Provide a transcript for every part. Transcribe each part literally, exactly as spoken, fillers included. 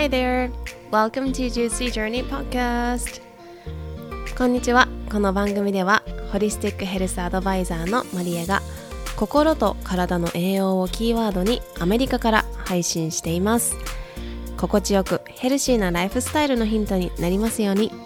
Hi there! Welcome to Juicy Journey Podcast. こんにちは。この番組ではホリスティックヘルスアドバイザーのマリエが心と体の栄養をキーワードにアメリカから配信しています。心地よくヘルシーなライフスタイルのヒントになりますように。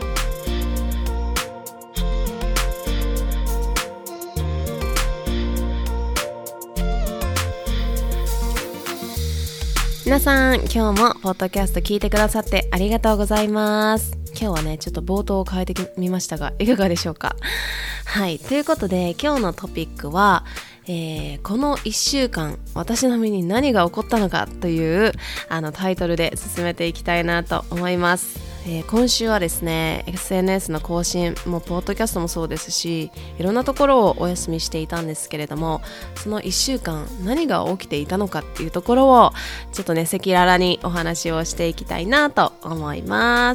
皆さん、今日もポッドキャスト聞いてくださってありがとうございます。今日はね、ちょっと冒頭を変えてみましたが、いかがでしょうか。はい、ということで今日のトピックは、えー、このいっしゅうかん私の身に何が起こったのかというあのタイトルで進めていきたいなと思います。えー、今週はですね エスエヌエス の更新もポッドキャストもそうですし、いろんなところをお休みしていたんですけれども、そのいっしゅうかん何が起きていたのかっていうところをちょっとね赤裸々にお話をしていきたいなと思います。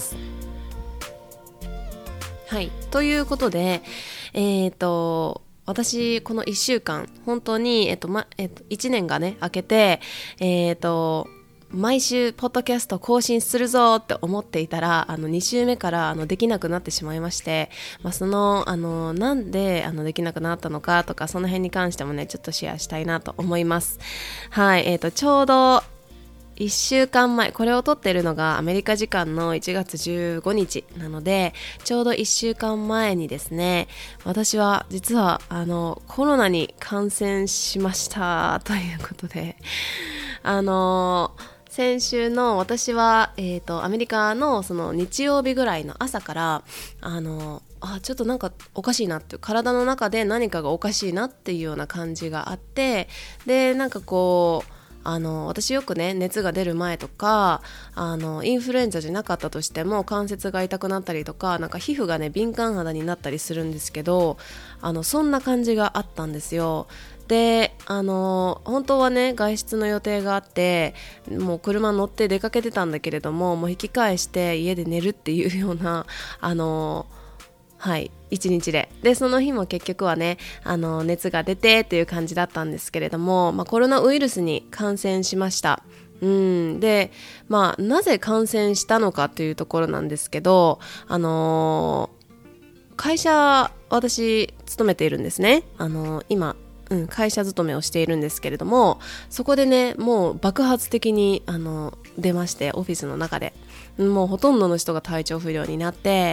はい、ということでえっと私このいっしゅうかん本当に、えっとまえっと、いちねんがね明けて、えっと毎週ポッドキャスト更新するぞって思っていたら、あのに週目からあのできなくなってしまいまして、まあ、そのあのなんであのできなくなったのかとか、その辺に関してもねちょっとシェアしたいなと思います。はい、えっとちょうどいっしゅうかんまえ、これを撮っているのがアメリカ時間のいちがつじゅうごにちなので、ちょうどいっしゅうかんまえにですね、私は実はあのコロナに感染しましたということで、あの先週の私は、えーと、アメリカのその日曜日ぐらいの朝からあのあちょっとなんかおかしいなって、体の中で何かがおかしいなっていうような感じがあって、でなんかこうあの私よくね熱が出る前とか、あのインフルエンザじゃなかったとしても関節が痛くなったりとか、なんか皮膚がね敏感肌になったりするんですけど、あのそんな感じがあったんですよ。であの本当はね外出の予定があって、もう車乗って出かけてたんだけれども、もう引き返して家で寝るっていうようなあのはい一日で、でその日も結局はねあの熱が出てっていう感じだったんですけれども、まあ、コロナウイルスに感染しました。うんでまあなぜ感染したのかというところなんですけど、あのー、会社私勤めているんですね。あのー、今うん、会社勤めをしているんですけれども、そこでねもう爆発的にあの出まして、オフィスの中でもうほとんどの人が体調不良になって、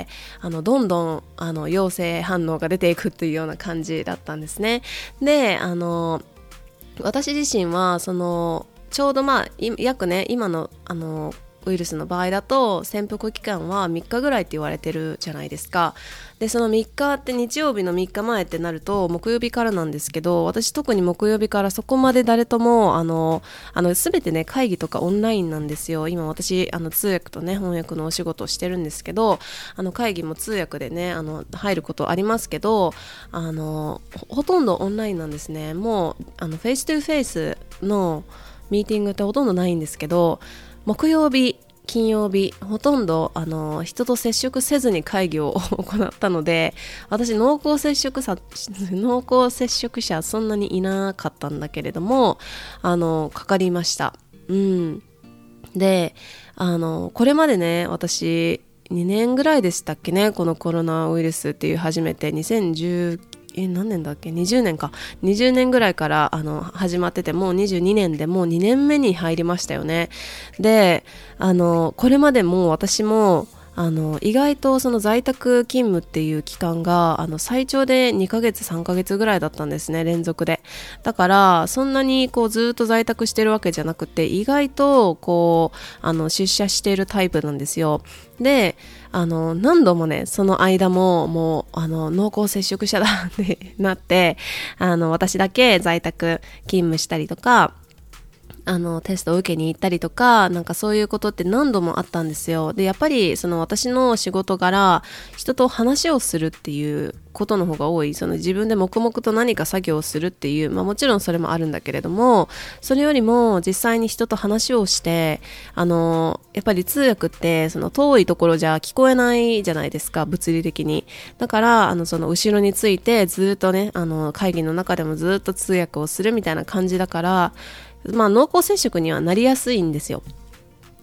あのどんどんあの陽性反応が出ていくっていうような感じだったんですね。であの私自身はそのちょうどまあ約ね今のあのウイルスの場合だと潜伏期間はみっかぐらいって言われてるじゃないですか。でそのみっかって日曜日のみっかまえってなると木曜日からなんですけど、私特に木曜日からそこまで誰ともあのあの全てね会議とかオンラインなんですよ。今私あの通訳とね翻訳のお仕事をしてるんですけど、あの会議も通訳でねあの入ることありますけど、あの ほ, ほとんどオンラインなんですね。もうあのフェイストゥフェイスのミーティングってほとんどないんですけど、木曜日金曜日ほとんどあの人と接触せずに会議を行ったので、私濃厚接触者濃厚接触者そんなにいなかったんだけれども、あのかかりました。うんであのこれまでね私にねんぐらいでしたっけね、このコロナウイルスっていう初めてにせんじゅうえ何年だっけにじゅうねんかにじゅうねんぐらいからあの始まってて、もうにじゅうにねんでもうにねんめに入りましたよね。であのこれまでも私もあの意外とその在宅勤務っていう期間があの最長でにかげつさんかげつぐらいだったんですね、連続で。だからそんなにこうずっと在宅してるわけじゃなくて、意外とこうあの出社しているタイプなんですよ。であの何度もねその間ももうあの濃厚接触者だってなって、あの私だけ在宅勤務したりとか、あのテストを受けに行ったりとか、なんかそういうことって何度もあったんですよ。でやっぱりその私の仕事柄人と話をするっていうことの方が多い、その自分で黙々と何か作業をするっていう、まあもちろんそれもあるんだけれども、それよりも実際に人と話をして、あのやっぱり通訳ってその遠いところじゃ聞こえないじゃないですか、物理的に。だからあのその後ろについてずっとねあの会議の中でもずっと通訳をするみたいな感じだから、まあ濃厚接触にはなりやすいんですよ。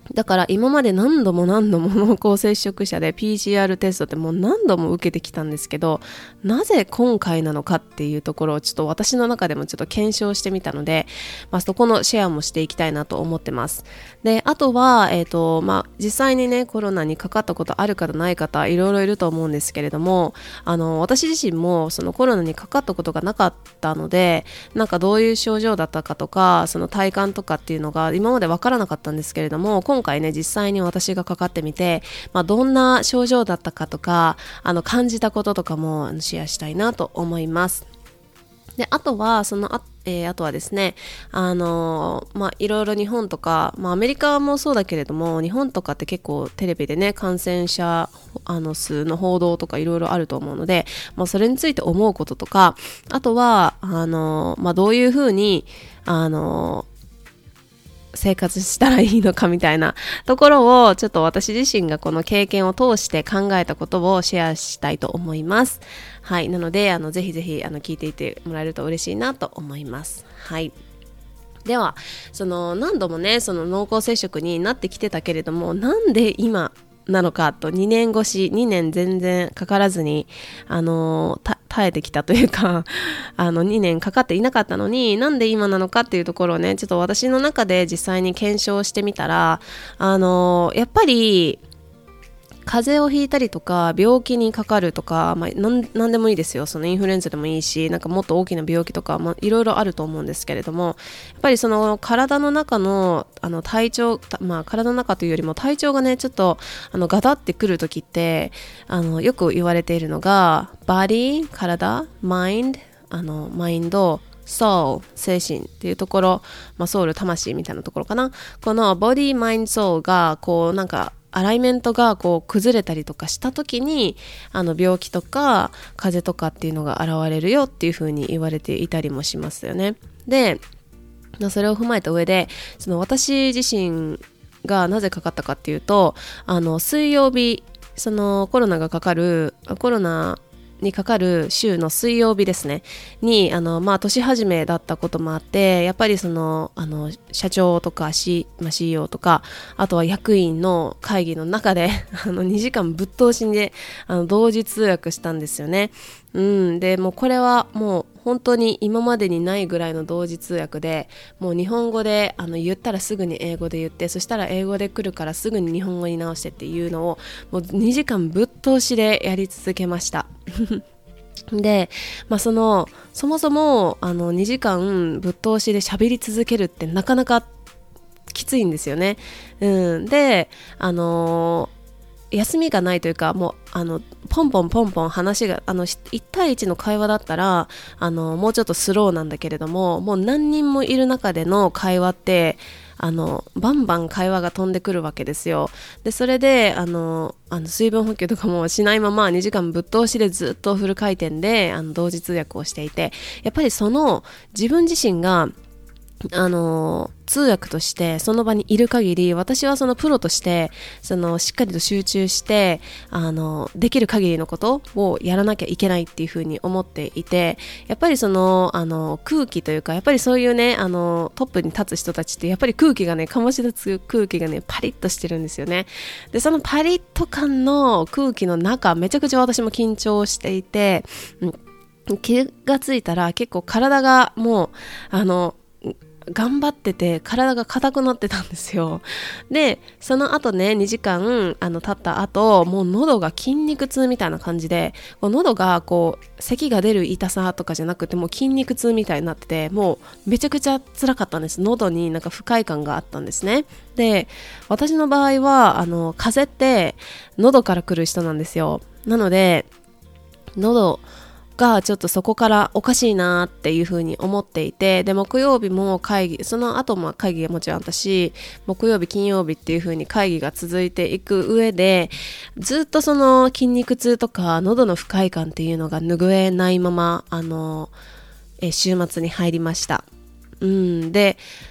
だから今まで何度も何度も濃厚接触者で ピーシーアール テストってもう何度も受けてきたんですけど、なぜ今回なのかっていうところをちょっと私の中でもちょっと検証してみたので、まあ、そこのシェアもしていきたいなと思ってます。で、あとは、えっと、まあ、実際にね、コロナにかかったことある方ない方、いろいろいると思うんですけれども、あの、私自身もそのコロナにかかったことがなかったので、なんかどういう症状だったかとか、その体感とかっていうのが今までわからなかったんですけれども、今回ね、実際に私がかかってみて、まあ、どんな症状だったかとか、あの、感じたこととかもシェアしたいなと思います。で、あとは、そのあ、えー、あとはですね、あのー、まあ、いろいろ日本とか、まあ、アメリカもそうだけれども、日本とかって結構テレビでね、感染者あの数の報道とかいろいろあると思うので、まあ、それについて思うこととか、あとは、あのー、まあ、どういうふうに、あのー、生活したらいいのかみたいなところをちょっと私自身がこの経験を通して考えたことをシェアしたいと思います。はい。なので、あの、ぜひぜひ、あの、聞いていてもらえると嬉しいなと思います。はい。では、その、何度もね、その濃厚接触になってきてたけれども、なんで今なのかと、にねん越し、にねん全然かからずに、あの、た耐えてきたというかあのにねんかかっていなかったのに、なんで今なのかっていうところをね、ちょっと私の中で実際に検証してみたら、あのやっぱり風邪をひいたりとか病気にかかるとか、まあ、なんなんでもいいですよ。そのインフルエンザでもいいし、なんかもっと大きな病気とか、まあ、いろいろあると思うんですけれども、やっぱりその体の中の、あの体調、まあ、体の中というよりも体調がねちょっとあのガタってくるときって、あのよく言われているのがバディ、体、マインド、あのマインド、ソウル、精神っていうところ、まあ、ソウル、魂みたいなところかな。このボディ、マインド、ソウルがこうなんかアライメントがこう崩れたりとかした時に、あの病気とか風邪とかっていうのが現れるよっていう風に言われていたりもしますよね。で、それを踏まえた上で、その私自身がなぜかかったかっていうと、あの水曜日、そのコロナがかかるコロナにかかる週の水曜日ですねに、あのまあ年始めだったこともあって、やっぱりそのあの社長とか、C まあ、シーイーオー とか、あとは役員の会議の中であのにじかんぶっ通しであの同時通訳したんですよね。うん、でもうこれはもう本当に今までにないぐらいの同時通訳で、もう日本語であの言ったらすぐに英語で言って、そしたら英語で来るからすぐに日本語に直してっていうのをもうにじかんぶっ通しでやり続けましたで、まあ、そのそもそもあのにじかんぶっ通しで喋り続けるってなかなかきついんですよね。うん、で、あのー休みがないというか、もうあのポンポンポンポン話が、あのいち対いちの会話だったらあのもうちょっとスローなんだけれども、もう何人もいる中での会話ってあのバンバン会話が飛んでくるわけですよ。でそれであのあの水分補給とかもしないままにじかんぶっ通しでずっとフル回転であの同時通訳をしていて、やっぱりその自分自身があの通訳としてその場にいる限り、私はそのプロとしてそのしっかりと集中してあのできる限りのことをやらなきゃいけないっていうふうに思っていて、やっぱりそのあの空気というか、やっぱりそういうねあのトップに立つ人たちってやっぱり空気がね醸し出す空気がねパリッとしてるんですよね。でそのパリッと感の空気の中、めちゃくちゃ私も緊張していて、うん、気がついたら結構体がもうあの頑張ってて体が硬くなってたんですよ。でその後ねにじかんあの経った後、もう喉が筋肉痛みたいな感じで、こう喉がこう咳が出る痛さとかじゃなくて、もう筋肉痛みたいになってて、もうめちゃくちゃ辛かったんです。喉になんか不快感があったんですね。で私の場合はあの風邪って喉から来る人なんですよ。なので喉がちょっとそこからおかしいなっていう風に思っていて、で木曜日も会議、その後も会議がもちろんあったし、木曜日金曜日っていう風に会議が続いていく上で、ずっとその筋肉痛とか喉の不快感っていうのが拭えないままあのえ週末に入りました。うんで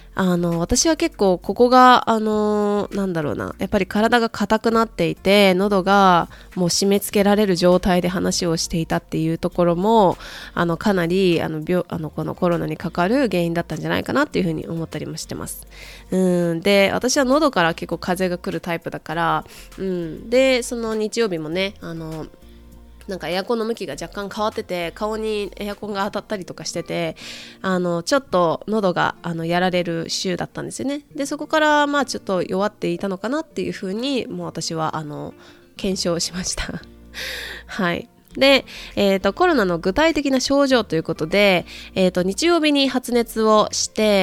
あの私は結構ここがあのなんだろうなやっぱり体が硬くなっていて喉がもう締め付けられる状態で話をしていたっていうところもあのかなりあの病あのこのコロナにかかる原因だったんじゃないかなっていうふうに思ったりもしてます。うんで私は喉から結構風邪が来るタイプだから、うん、でその日曜日もねあのなんかエアコンの向きが若干変わってて顔にエアコンが当たったりとかしててあのちょっと喉があのやられる週だったんですよね。でそこからまあちょっと弱っていたのかなっていうふうにもう私はあの検証しましたはいで、えーと、コロナの具体的な症状ということで、えーと、日曜日に発熱をして、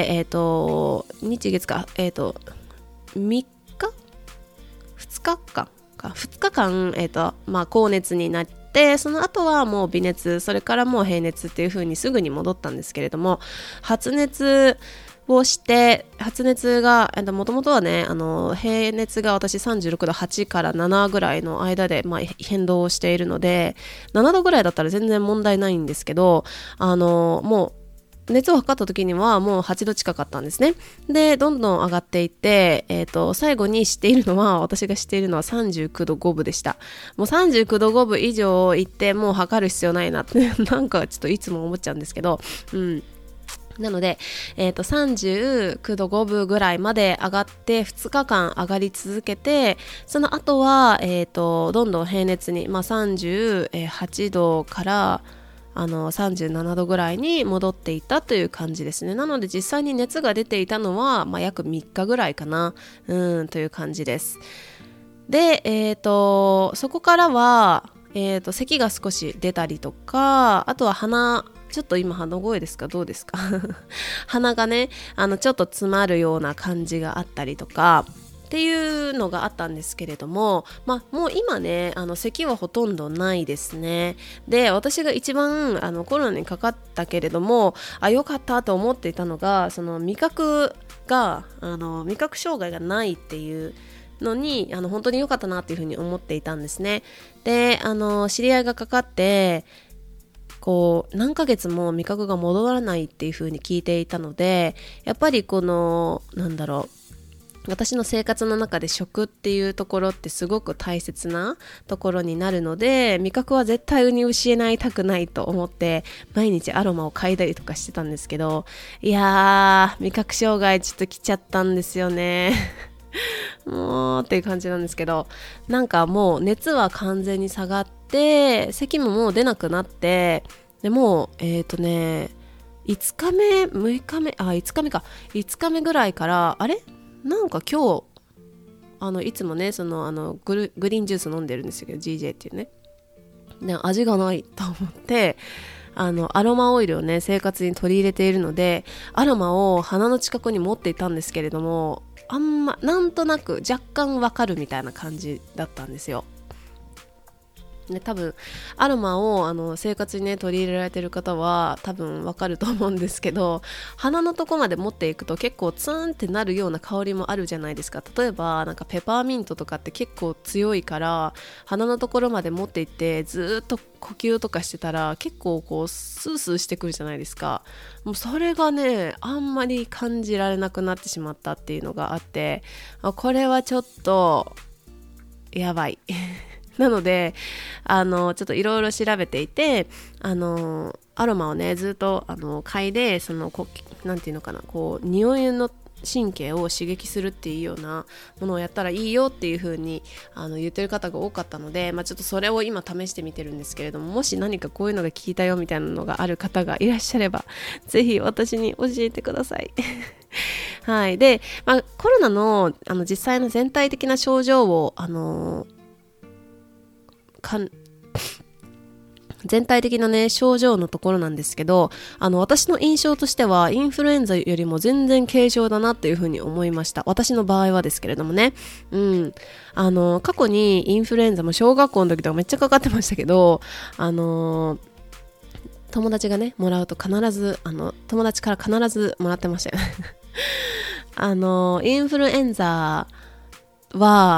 えーと、日月か、えーと、みっかふつかかんふつかかん、えーとまあ、高熱になってでその後はもう微熱それからもう平熱っていう風にすぐに戻ったんですけれども発熱をして発熱がもともとはねあの平熱が私さんじゅうろくどはちからななぐらいの間で、まあ、変動しているのでななどぐらいだったら全然問題ないんですけどあのもう熱を測った時にはもうはちど近かったんですね。でどんどん上がっていって、えーと、最後に知っているのは私が知っているのはさんじゅうきゅうどごぶでした。もうさんじゅうきゅうどごぶ以上いってもう測る必要ないなってなんかちょっといつも思っちゃうんですけどうんなので、えーと、さんじゅうきゅうどごぶぐらいまで上がってふつかかん上がり続けてその後は、えーと、どんどん平熱に、まあ、さんじゅうはちどからあのさんじゅうななどぐらいに戻っていたという感じですね。なので実際に熱が出ていたのは、まあ、約みっかぐらいかなうんという感じです。で、えーと、そこからは、えーと、咳が少し出たりとかあとは鼻ちょっと今鼻声ですかどうですか鼻がねあのちょっと詰まるような感じがあったりとかっていうのがあったんですけれども、まあ、もう今ねあの咳はほとんどないですね。で私が一番あのコロナにかかったけれどもあ良かったと思っていたのがその味覚があの味覚障害がないっていうのにあの本当に良かったなっていうふうに思っていたんですね。であの知り合いがかかってこう何ヶ月も味覚が戻らないっていう風に聞いていたのでやっぱりこのなんだろう私の生活の中で食っていうところってすごく大切なところになるので味覚は絶対に失いたくないと思って毎日アロマを嗅いだりとかしてたんですけどいやー味覚障害ちょっと来ちゃったんですよねもうっていう感じなんですけどなんかもう熱は完全に下がって咳ももう出なくなってでもうえっとねいつかめむいかめあいつかめかいつかめぐらいからあれなんか今日あのいつもねそのあのグルグリーンジュース飲んでるんですけど ジージェー っていうねで味がないと思ってあのアロマオイルをね生活に取り入れているのでアロマを鼻の近くに持っていたんですけれどもあんまなんとなく若干わかるみたいな感じだったんですよ。ね、多分アロマをあの生活にね取り入れられてる方は多分わかると思うんですけど鼻のとこまで持っていくと結構ツーンってなるような香りもあるじゃないですか。例えばなんかペパーミントとかって結構強いから鼻のところまで持っていってずっと呼吸とかしてたら結構こうスースーしてくるじゃないですか。もうそれがねあんまり感じられなくなってしまったっていうのがあってあこれはちょっとやばいなのであのちょっといろいろ調べていてあのアロマをねずっとあの嗅いでそのこなんていうのかなこう匂いの神経を刺激するっていうようなものをやったらいいよっていう風にあの言ってる方が多かったので、まあ、ちょっとそれを今試してみてるんですけれどももし何かこういうのが聞いたよみたいなのがある方がいらっしゃればぜひ私に教えてくださいはい。で、まあ、コロナの、あの実際の全体的な症状をあのかん全体的なね症状のところなんですけどあの私の印象としてはインフルエンザよりも全然軽症だなっていうふうに思いました。私の場合はですけれどもね、うん、あの過去にインフルエンザも小学校の時とかめっちゃかかってましたけどあの友達がねもらうと必ずあの友達から必ずもらってましたよあのインフルエンザは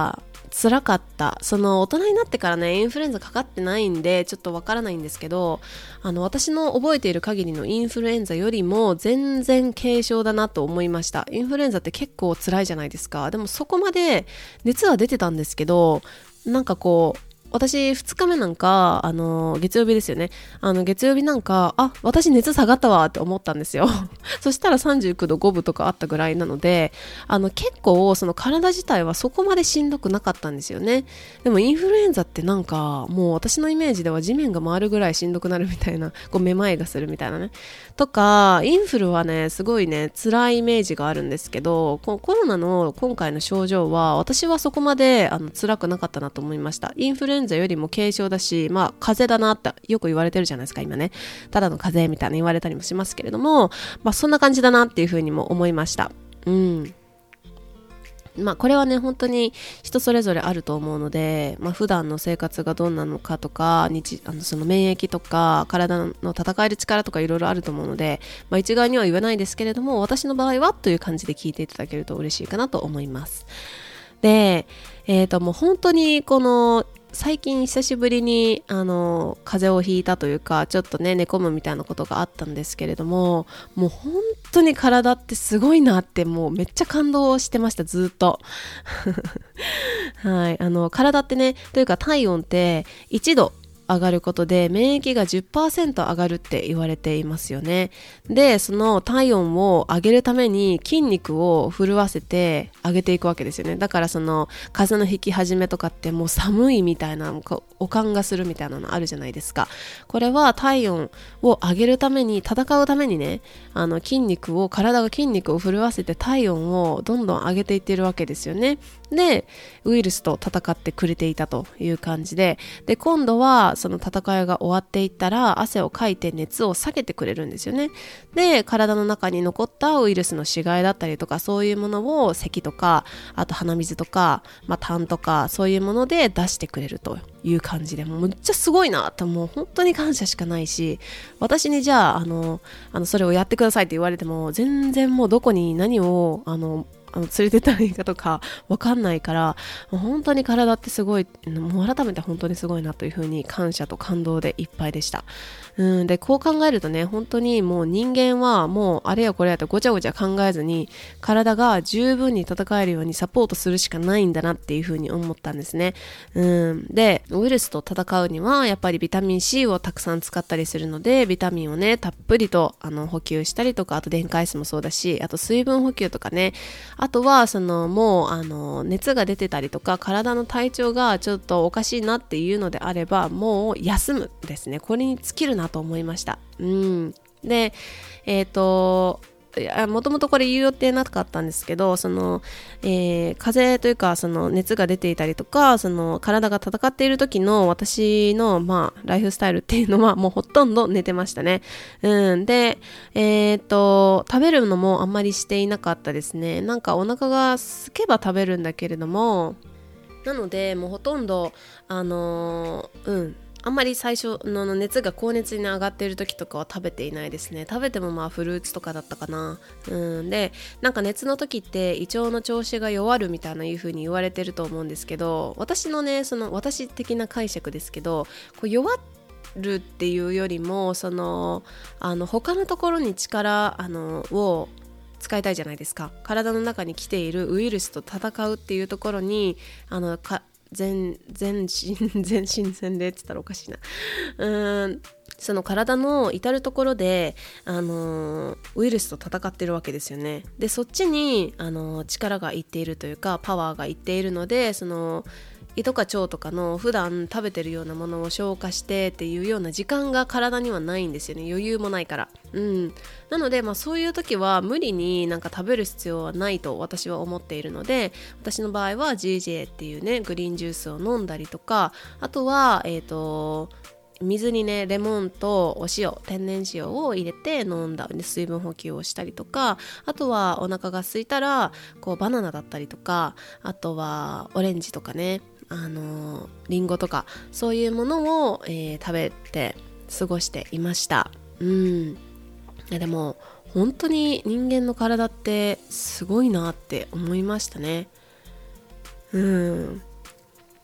辛かった。その大人になってからねインフルエンザかかってないんでちょっとわからないんですけど、あの私の覚えている限りのインフルエンザよりも全然軽症だなと思いました。インフルエンザって結構辛いじゃないですか。でもそこまで熱は出てたんですけど、なんかこう私ふつかめなんかあの月曜日ですよね。あの月曜日なんかあ私熱下がったわって思ったんですよそしたらさんじゅうきゅうどごぶとかあったぐらいなので、あの結構その体自体はそこまでしんどくなかったんですよね。でもインフルエンザってなんかもう私のイメージでは地面が回るぐらいしんどくなるみたいな、こうめまいがするみたいなねとか、インフルはねすごいね辛いイメージがあるんですけど、こコロナの今回の症状は私はそこまであの辛くなかったなと思いました。インフルエンザよりも軽症だし、まあ風邪だなってよく言われてるじゃないですか今ね。ただの風邪みたいな言われたりもしますけれども、まあそんな感じだなっていうふうにも思いました。うん。まあこれはね本当に人それぞれあると思うので、まあ、普段の生活がどんなのかとか、日あのその免疫とか体の戦える力とかいろいろあると思うので、まあ、一概には言わないですけれども、私の場合はという感じで聞いていただけると嬉しいかなと思います。で、えーともう本当にこの最近久しぶりにあの風邪をひいたというか、ちょっとね寝込むみたいなことがあったんですけれども、もう本当に体ってすごいなって、もうめっちゃ感動してました、ずっとはい、あの体ってね、というか体温っていちど上がることで免疫が じゅっパーセント 上がるって言われていますよね。で、その体温を上げるために筋肉を震わせて上げていくわけですよね。だからその風邪のひき始めとかってもう寒いみたいなおかんがするみたいなのあるじゃないですか。これは体温を上げるために、戦うためにね、あの筋肉を体が筋肉を震わせて体温をどんどん上げていってるわけですよね。で、ウイルスと戦ってくれていたという感じで、で今度はその戦いが終わっていったら汗をかいて熱を下げてくれるんですよね。で、体の中に残ったウイルスの死骸だったりとか、そういうものを咳とか、あと鼻水とか、まあ、痰とかそういうもので出してくれるという感じで、もうめっちゃすごいなと、もう本当に感謝しかないし、私にじゃああのあのそれをやってくださいって言われても全然もうどこに何をあのあの連れてったらいいかとか分かんないから、本当に体ってすごい、もう改めて本当にすごいなというふうに感謝と感動でいっぱいでした。うんで、こう考えるとね、本当にもう人間はもうあれやこれやとごちゃごちゃ考えずに、体が十分に戦えるようにサポートするしかないんだなっていうふうに思ったんですね。うんで、ウイルスと戦うにはやっぱりビタミン C をたくさん使ったりするので、ビタミンをねたっぷりとあの補給したりとか、あと電解質もそうだし、あと水分補給とかね、あとはそのもうあの熱が出てたりとか、体の体調がちょっとおかしいなっていうのであれば、もう休むですね。これに尽きるなと思いました。うんで、えっともともとこれ言う予定なかったんですけど、その、えー、風邪というかその熱が出ていたりとか、その体が戦っている時の私の、まあ、ライフスタイルっていうのはもうほとんど寝てましたね。うん、で、えー、っと食べるのもあんまりしていなかったですね。なんかお腹が空けば食べるんだけれども、なのでもうほとんどあのー、うんあんまり最初の熱が高熱に上がっている時とかは食べていないですね。食べてもまあフルーツとかだったかな。うんで、なんか熱の時って胃腸の調子が弱るみたいないう風に言われてると思うんですけど、私のねその私的な解釈ですけど、こう弱るっていうよりもそのあの他のところに力あのを使いたいじゃないですか。体の中に来ているウイルスと戦うっていうところにあのか全全身全身全霊って言ったらおかしいな。うーんその体の至るところで、あのー、ウイルスと戦ってるわけですよね。でそっちに、あのー、力がいっているというかパワーがいっているので、その胃とか腸とかの普段食べてるようなものを消化してっていうような時間が体にはないんですよね。余裕もないから。うんなので、まあ、そういう時は無理になんか食べる必要はないと私は思っているので、私の場合は ジージェー っていうねグリーンジュースを飲んだりとか、あとはえっと水にねレモンとお塩、天然塩を入れて飲んだ水分補給をしたりとか、あとはお腹が空いたらこうバナナだったりとか、あとはオレンジとかね、あのリンゴとかそういうものを、えー、食べて過ごしていました。うんでも本当に人間の体ってすごいなって思いましたね。うん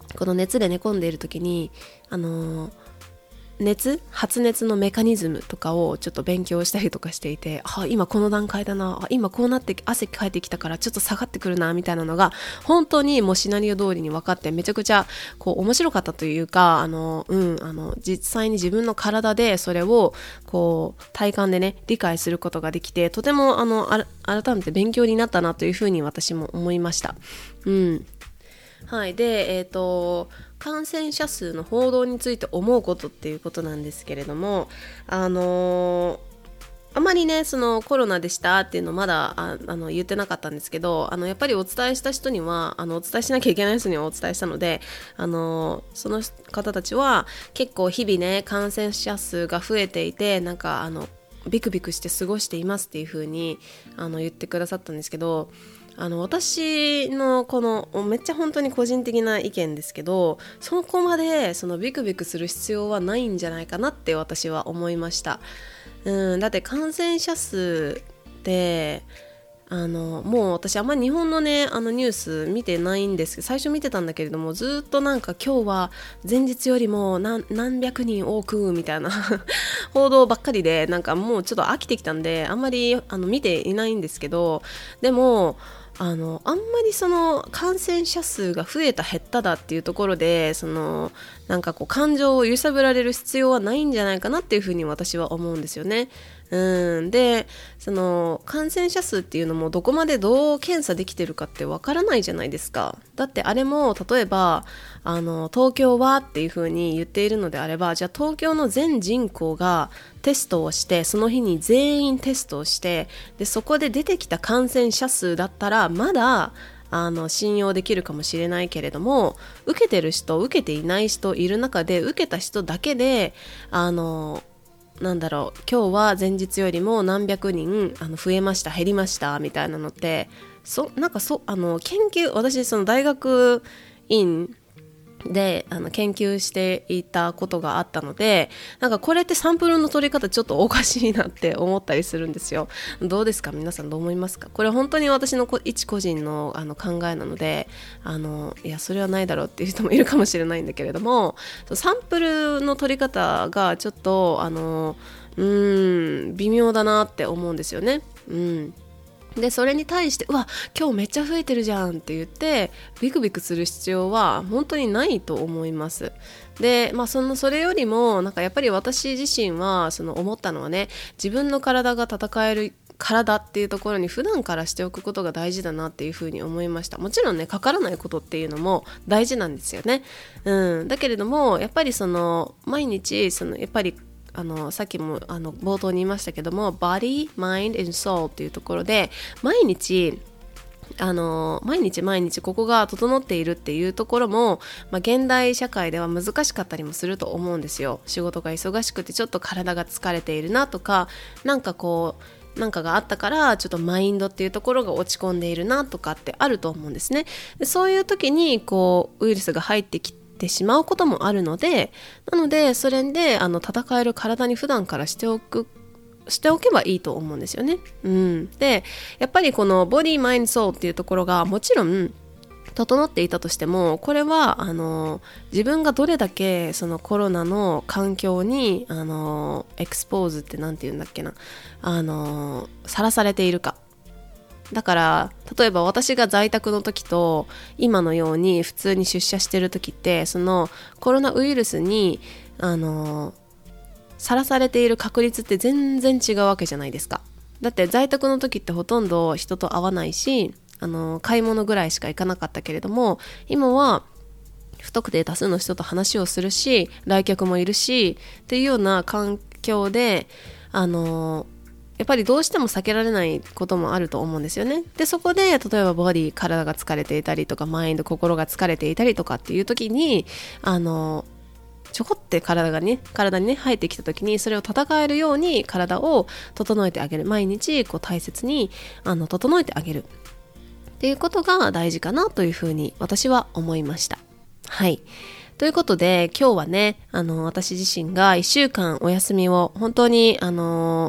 この熱で寝込んでいる時にあのー熱発熱のメカニズムとかをちょっと勉強したりとかしていて、あ今この段階だな、あ今こうなって汗かいてきたからちょっと下がってくるなみたいなのが本当にもうシナリオ通りに分かって、めちゃくちゃこう面白かったというか、あの、うん、あの実際に自分の体でそれをこう体感でね理解することができて、とてもあのあ改めて勉強になったなというふうに私も思いました。うんはい、で、えーと、感染者数の報道について思うことっていうことなんですけれども、あのー、あまりねそのコロナでしたっていうのまだああの言ってなかったんですけど、あのやっぱりお伝えした人にはあのお伝えしなきゃいけない人にはお伝えしたので、あのその方たちは結構日々ね感染者数が増えていて、なんかあのビクビクして過ごしていますっていう風にあの言ってくださったんですけど、あの私のこのめっちゃ本当に個人的な意見ですけど、そこまでそのビクビクする必要はないんじゃないかなって私は思いました。うん、だって感染者数ってあのもう私あんまり日本のねあのニュース見てないんですけど、最初見てたんだけれどもずっとなんか今日は前日よりも 何, 何百人多くみたいな報道ばっかりで、なんかもうちょっと飽きてきたんであんまりあの見ていないんですけど、でもあのあんまりその感染者数が増えた減っただっていうところでそのなんかこう感情を揺さぶられる必要はないんじゃないかなっていうふうに私は思うんですよね。うんでその感染者数っていうのもどこまでどう検査できてるかってわからないじゃないですか。だってあれも例えばあの東京はっていう風に言っているのであれば、じゃあ東京の全人口がテストをしてその日に全員テストをしてでそこで出てきた感染者数だったらまだあの信用できるかもしれないけれども、受けてる人受けていない人いる中で受けた人だけであのなんだろう今日は前日よりも何百人あの増えました減りましたみたいなのってそなんかそあの研究私その大学院であの研究していたことがあったので、なんかこれってサンプルの取り方ちょっとおかしいなって思ったりするんですよ。どうですか皆さん、どう思いますか？これ本当に私の一個人の、あの考えなのであのいやそれはないだろうっていう人もいるかもしれないんだけれども、サンプルの取り方がちょっとあのうーん微妙だなって思うんですよね。うんでそれに対してうわ今日めっちゃ増えてるじゃんって言ってビクビクする必要は本当にないと思います。で、まあ、そのそれよりもなんかやっぱり私自身はその思ったのはね、自分の体が戦える体っていうところに普段からしておくことが大事だなっていうふうに思いました。もちろんねかからないことっていうのも大事なんですよね。うん、だけれどもやっぱりその毎日そのやっぱりあのさっきもあの冒頭に言いましたけども Body, Mind and Soul っていうところで毎日あの毎日毎日ここが整っているっていうところも、まあ、現代社会では難しかったりもすると思うんですよ。仕事が忙しくてちょっと体が疲れているなとか、なんかこうなんかがあったからちょっとマインドっていうところが落ち込んでいるなとかってあると思うんですね。でそういう時にこうウイルスが入ってきててしまうこともあるので、なのでそれであの戦える体に普段からしておくしておけばいいと思うんですよね。うん、でやっぱりこのボディマインドソウっていうところがもちろん整っていたとしても、これはあの自分がどれだけそのコロナの環境にあのエクスポーズってなんて言うんだっけなあのさらされているか。だから例えば私が在宅の時と今のように普通に出社してる時ってそのコロナウイルスにあのさらされている確率って全然違うわけじゃないですか。だって在宅の時ってほとんど人と会わないしあの買い物ぐらいしか行かなかったけれども、今は不特定多数の人と話をするし来客もいるしっていうような環境であのやっぱりどうしても避けられないこともあると思うんですよね。でそこで例えばボディ体が疲れていたりとかマインド心が疲れていたりとかっていう時にあのちょこって体がね体にね入ってきた時にそれを戦えるように体を整えてあげる、毎日こう大切にあの整えてあげるっていうことが大事かなというふうに私は思いました。はいということで今日はねあの私自身がいっしゅうかんお休みを本当にあの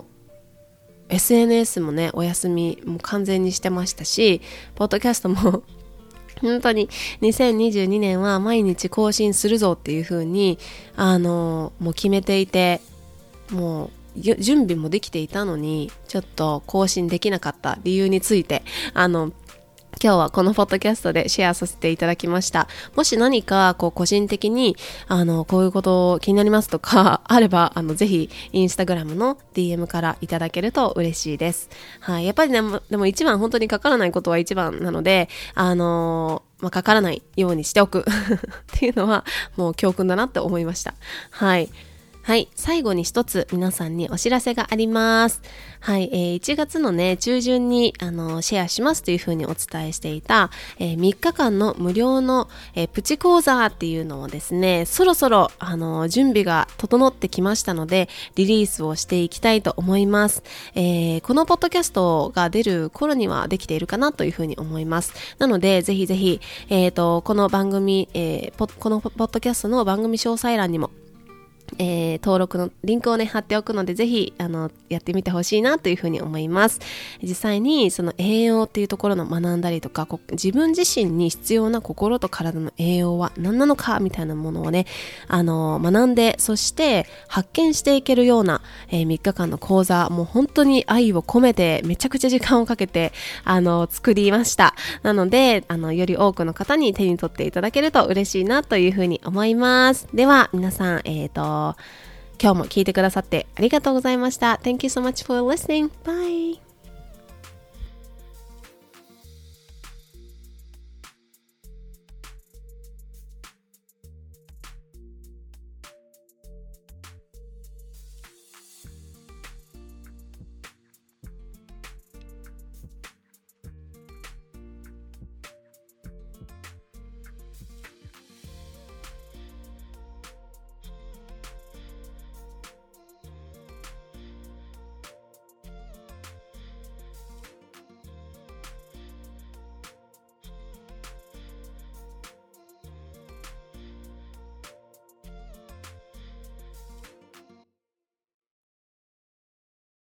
エスエヌエス もねお休みも完全にしてましたし、ポッドキャストも本当ににせんにじゅうにねんは毎日更新するぞっていう風にあのもう決めていて、もう準備もできていたのにちょっと更新できなかった理由についてあの今日はこのポッドキャストでシェアさせていただきました。もし何かこう個人的にあのこういうこと気になりますとかあれば、あのぜひインスタグラムの ディーエム からいただけると嬉しいです。はい、やっぱりね、でも一番本当にかからないことは一番なので、あのーまあ、かからないようにしておくっていうのはもう教訓だなって思いました。はい。はい。最後に一つ皆さんにお知らせがあります。はい。えー、いちがつのね、中旬に、あの、シェアしますというふうにお伝えしていた、えー、みっかかんの無料の、えー、プチ講座っていうのをですね、そろそろ、あの、準備が整ってきましたので、リリースをしていきたいと思います。えー、このポッドキャストが出る頃にはできているかなというふうに思います。なので、ぜひぜひ、えっと、この番組、えー、このポッドキャストの番組詳細欄にも、えー、登録のリンクをね貼っておくので、ぜひあのやってみてほしいなというふうに思います。実際にその栄養っていうところの学んだりとか、自分自身に必要な心と体の栄養は何なのかみたいなものをね、あの学んで、そして発見していけるような、えー、みっかかんの講座、もう本当に愛を込めてめちゃくちゃ時間をかけてあの作りました。なのであのより多くの方に手に取っていただけると嬉しいなというふうに思います。では皆さん、えっと今日も聞いてくださってありがとうございました。Thank you so much for listening. Bye!